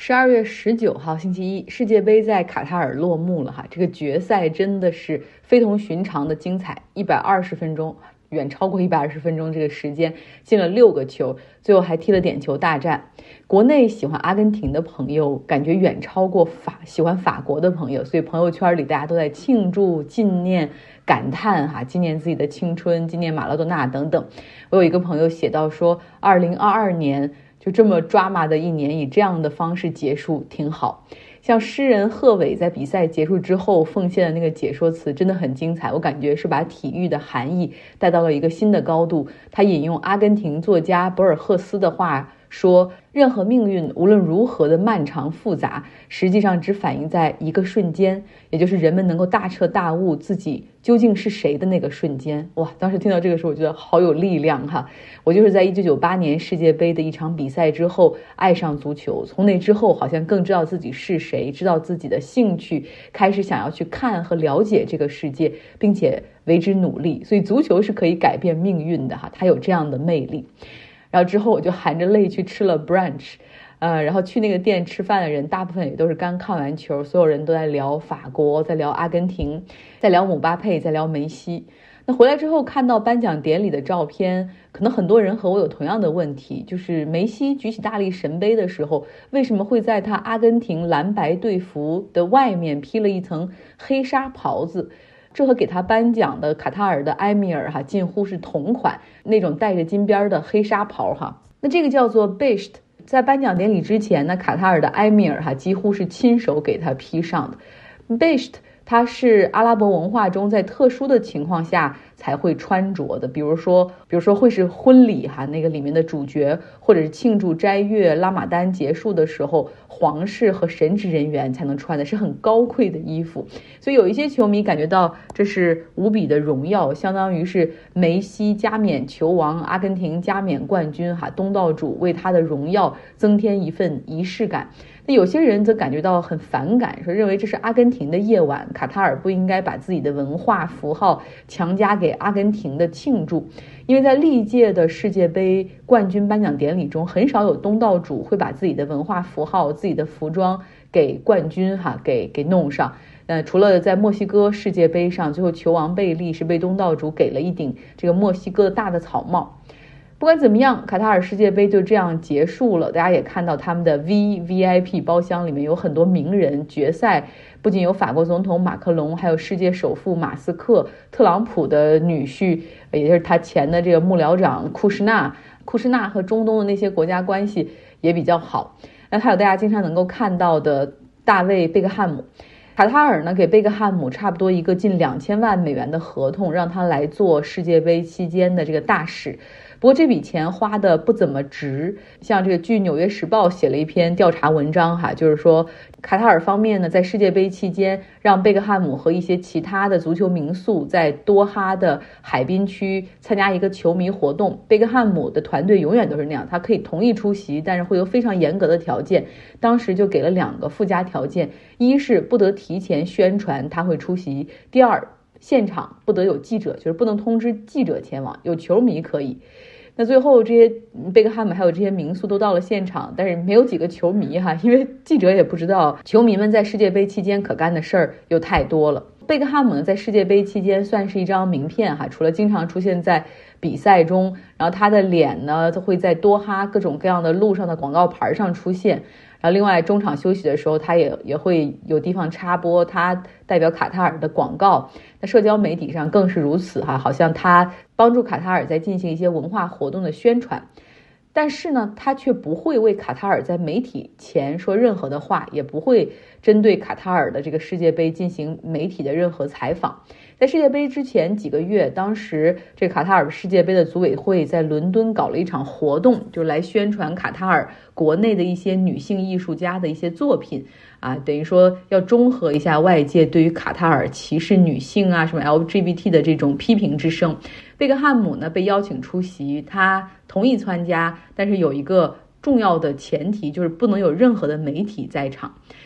12月19号星期一，世界杯在卡塔尔落幕了哈。这个决赛真的是非同寻常的精彩，120分钟，远超过120分钟这个时间，进了6个球，最后还踢了点球大战。国内喜欢阿根廷的朋友感觉远超过喜欢法国的朋友，所以朋友圈里大家都在庆祝、纪念、感叹哈，纪念自己的青春，纪念马拉多纳等等。我有一个朋友写到说，2022年就这么抓马的一年，以这样的方式结束挺好。像诗人贺炜在比赛结束之后奉献的那个解说词真的很精彩，我感觉是把体育的含义带到了一个新的高度。他引用阿根廷作家博尔赫斯的话说，任何命运无论如何的漫长复杂，实际上只反映在一个瞬间，也就是人们能够大彻大悟自己究竟是谁的那个瞬间。哇，当时听到这个时候我觉得好有力量哈。我就是在1998年世界杯的一场比赛之后爱上足球，从那之后好像更知道自己是谁，知道自己的兴趣，开始想要去看和了解这个世界，并且为之努力。所以足球是可以改变命运的哈，它有这样的魅力。然后之后我就含着泪去吃了 brunch， 然后去那个店吃饭的人大部分也都是刚看完球，所有人都在聊法国，在聊阿根廷，在聊姆巴佩，在聊梅西。那回来之后看到颁奖典礼的照片，可能很多人和我有同样的问题，就是梅西举起大力神杯的时候，为什么会在他阿根廷蓝白队服的外面披了一层黑纱袍子？这和给他颁奖的卡塔尔的埃米尔近乎是同款，那种带着金边的黑纱袍哈。那这个叫做 Bisht， 在颁奖典礼之前呢，卡塔尔的埃米尔几乎是亲手给他披上的。Bisht它是阿拉伯文化中在特殊的情况下才会穿着的，比如说会是婚礼那个里面的主角，或者是庆祝斋月拉玛丹结束的时候，皇室和神职人员才能穿的，是很高贵的衣服。所以有一些球迷感觉到这是无比的荣耀，相当于是梅西加冕球王，阿根廷加冕冠军东道主为他的荣耀增添一份仪式感。那有些人则感觉到很反感，说认为这是阿根廷的夜晚，卡塔尔不应该把自己的文化符号强加给阿根廷的庆祝。因为在历届的世界杯冠军颁奖典礼中，很少有东道主会把自己的文化符号、自己的服装给冠军给弄上。除了在墨西哥世界杯上，最后球王贝利是被东道主给了一顶这个墨西哥的大的草帽。不管怎么样，卡塔尔世界杯就这样结束了。大家也看到他们的 VIP 包厢里面有很多名人，决赛不仅有法国总统马克龙，还有世界首富马斯克，特朗普的女婿，也就是他前的这个幕僚长库什纳和中东的那些国家关系也比较好。那还有大家经常能够看到的大卫贝克汉姆。卡塔尔呢给贝克汉姆差不多一个近2000万美元的合同，让他来做世界杯期间的这个大使。不过这笔钱花的不怎么值，像这个据《纽约时报》写了一篇调查文章就是说卡塔尔方面呢在世界杯期间让贝克汉姆和一些其他的足球名宿在多哈的海滨区参加一个球迷活动。贝克汉姆的团队永远都是那样，他可以同意出席，但是会有非常严格的条件。当时就给了2个附加条件，一是不得提前宣传他会出席，第二现场不得有记者，就是不能通知记者前往，有球迷可以。那最后这些贝克汉姆还有这些名宿都到了现场，但是没有几个球迷因为记者也不知道球迷们在世界杯期间可干的事儿有太多了。贝克汉姆呢在世界杯期间算是一张名片除了经常出现在比赛中，然后他的脸呢会在多哈各种各样的路上的广告牌上出现。然后另外中场休息的时候他也会有地方插播他代表卡塔尔的广告。那社交媒体上更是如此好像他帮助卡塔尔在进行一些文化活动的宣传。但是呢他却不会为卡塔尔在媒体前说任何的话，也不会针对卡塔尔的这个世界杯进行媒体的任何采访。在世界杯之前几个月，当时这卡塔尔世界杯的组委会在伦敦搞了一场活动，就来宣传卡塔尔国内的一些女性艺术家的一些作品等于说要中和一下外界对于卡塔尔歧视女性什么 LGBT 的这种批评之声。贝克汉姆呢被邀请出席，他同意参加，但是有一个重要的前提，就是不能有任何的媒体在场。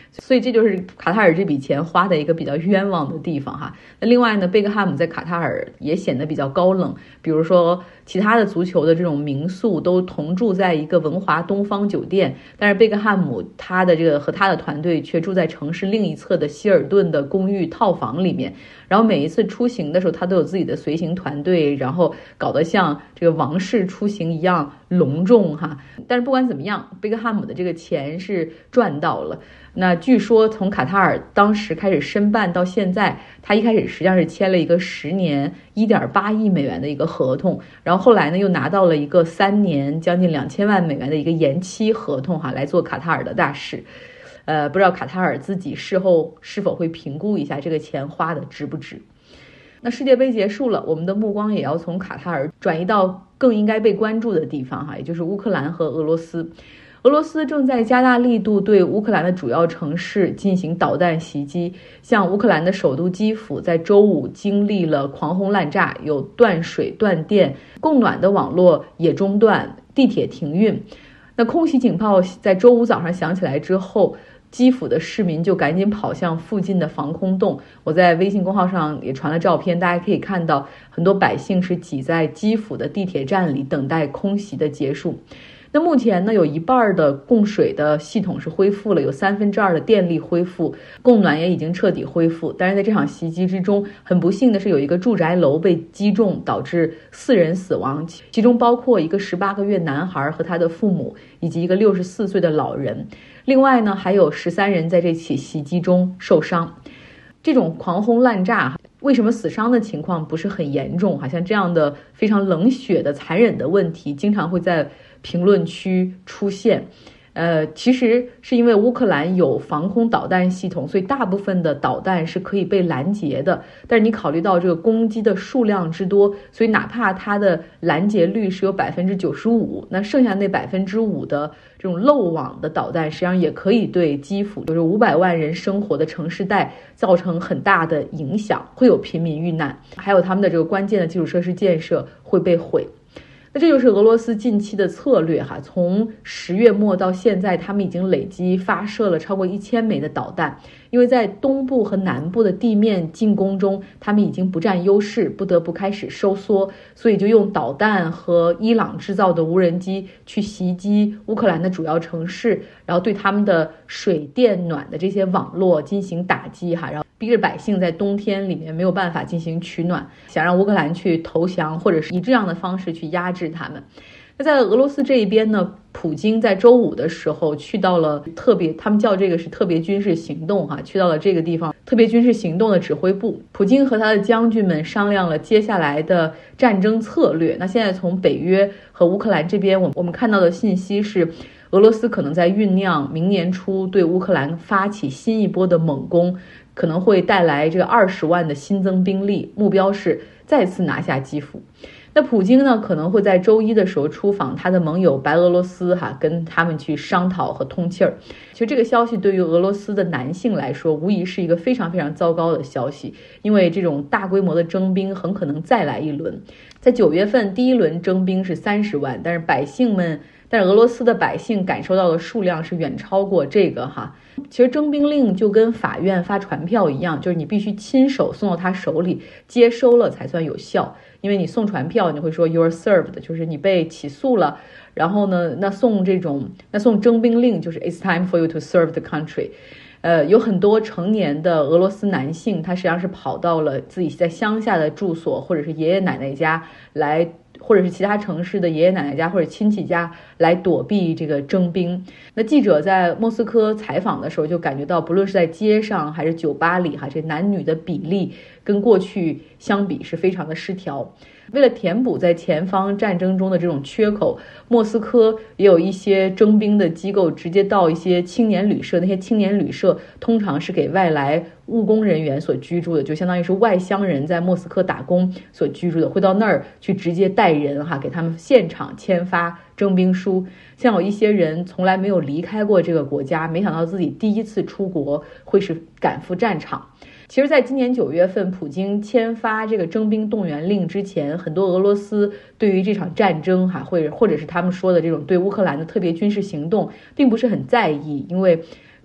所以这就是卡塔尔这笔钱花的一个比较冤枉的地方哈。那另外呢，贝克汉姆在卡塔尔也显得比较高冷，比如说其他的足球的这种民宿都同住在一个文华东方酒店，但是贝克汉姆他的这个和他的团队却住在城市另一侧的希尔顿的公寓套房里面。然后每一次出行的时候，他都有自己的随行团队，然后搞得像这个王室出行一样隆重哈。但是不管怎么样，贝克汉姆的这个钱是赚到了。那据说从卡塔尔当时开始申办到现在，他一开始实际上是签了一个10年1.8亿美元的一个合同，然后后来呢又拿到了一个3年将近2000万美元的一个延期合同哈，来做卡塔尔的大使。不知道卡塔尔自己事后是否会评估一下这个钱花的值不值。那世界杯结束了，我们的目光也要从卡塔尔转移到更应该被关注的地方哈，也就是乌克兰和俄罗斯。俄罗斯正在加大力度对乌克兰的主要城市进行导弹袭击，像乌克兰的首都基辅在周五经历了狂轰滥炸，有断水断电，供暖的网络也中断，地铁停运。那空袭警报在周五早上响起来之后，基辅的市民就赶紧跑向附近的防空洞。我在微信公号上也传了照片，大家可以看到很多百姓是挤在基辅的地铁站里等待空袭的结束。那目前呢，有一半的供水的系统是恢复了，有2/3的电力恢复，供暖也已经彻底恢复。但是在这场袭击之中，很不幸的是有一个住宅楼被击中，导致4人死亡，其中包括一个18个月男孩和他的父母，以及一个64岁的老人。另外呢，还有13人在这起袭击中受伤。这种狂轰滥炸，为什么死伤的情况不是很严重？好像这样的非常冷血的残忍的问题，经常会在评论区出现。其实是因为乌克兰有防空导弹系统，所以大部分的导弹是可以被拦截的。但是你考虑到这个攻击的数量之多，所以哪怕它的拦截率是有95%，那剩下那5%的这种漏网的导弹，实际上也可以对基辅，就是500万人生活的城市带造成很大的影响，会有平民遇难，还有他们的这个关键的基础设施建设会被毁。那这就是俄罗斯近期的策略哈，从10月末到现在，他们已经累计发射了超过1000枚的导弹。因为在东部和南部的地面进攻中，他们已经不占优势，不得不开始收缩，所以就用导弹和伊朗制造的无人机去袭击乌克兰的主要城市，然后对他们的水电暖的这些网络进行打击哈，然后逼着百姓在冬天里面没有办法进行取暖，想让乌克兰去投降，或者是以这样的方式去压制他们。那在俄罗斯这一边呢，普京在周五的时候去到了他们叫这个是特别军事行动哈，去到了这个地方特别军事行动的指挥部。普京和他的将军们商量了接下来的战争策略。那现在从北约和乌克兰这边，我们看到的信息是，俄罗斯可能在酝酿明年初对乌克兰发起新一波的猛攻，可能会带来这个20万的新增兵力，目标是再次拿下基辅。那普京呢，可能会在周一的时候出访他的盟友白俄罗斯哈，跟他们去商讨和通气儿。其实这个消息对于俄罗斯的男性来说，无疑是一个非常非常糟糕的消息，因为这种大规模的征兵很可能再来一轮。在9月份第一轮征兵是30万，但是俄罗斯的百姓感受到的数量是远超过这个哈。其实征兵令就跟法院发传票一样，就是你必须亲手送到他手里，接收了才算有效。因为你送传票，你会说 you're served， 就是你被起诉了。然后呢，那送征兵令就是 it's time for you to serve the country。有很多成年的俄罗斯男性，他实际上是跑到了自己在乡下的住所，或者是爷爷奶奶家来，或者是其他城市的爷爷奶奶家或者亲戚家来躲避这个征兵。那记者在莫斯科采访的时候就感觉到，不论是在街上还是酒吧里哈，这男女的比例跟过去相比是非常的失调。为了填补在前方战争中的这种缺口，莫斯科也有一些征兵的机构直接到一些青年旅社，那些青年旅社通常是给外来务工人员所居住的，就相当于是外乡人在莫斯科打工所居住的，会到那儿去直接带人哈，给他们现场签发征兵书。像有一些人从来没有离开过这个国家，没想到自己第一次出国会是赶赴战场。其实在今年9月份普京签发这个征兵动员令之前，很多俄罗斯对于这场战争哈，或者是他们说的这种对乌克兰的特别军事行动并不是很在意，因为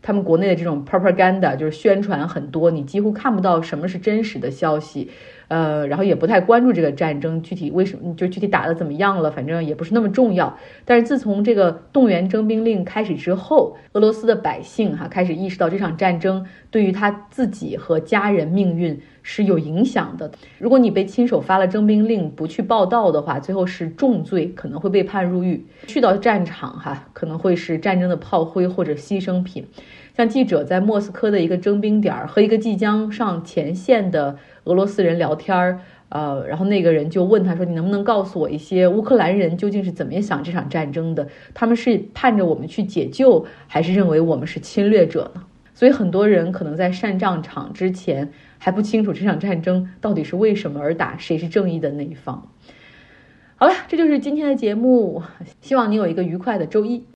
他们国内的这种 propaganda 就是宣传很多，你几乎看不到什么是真实的消息。然后也不太关注这个战争具体为什么，就具体打得怎么样了，反正也不是那么重要。但是自从这个动员征兵令开始之后，俄罗斯的百姓开始意识到这场战争对于他自己和家人命运是有影响的。如果你被亲手发了征兵令不去报道的话，最后是重罪，可能会被判入狱。去到战场可能会是战争的炮灰或者牺牲品。像记者在莫斯科的一个征兵点和一个即将上前线的俄罗斯人聊天，然后那个人就问他说：“你能不能告诉我一些乌克兰人究竟是怎么想这场战争的？他们是盼着我们去解救，还是认为我们是侵略者呢？”所以很多人可能在上战场之前还不清楚这场战争到底是为什么而打，谁是正义的那一方。好了，这就是今天的节目，希望你有一个愉快的周一。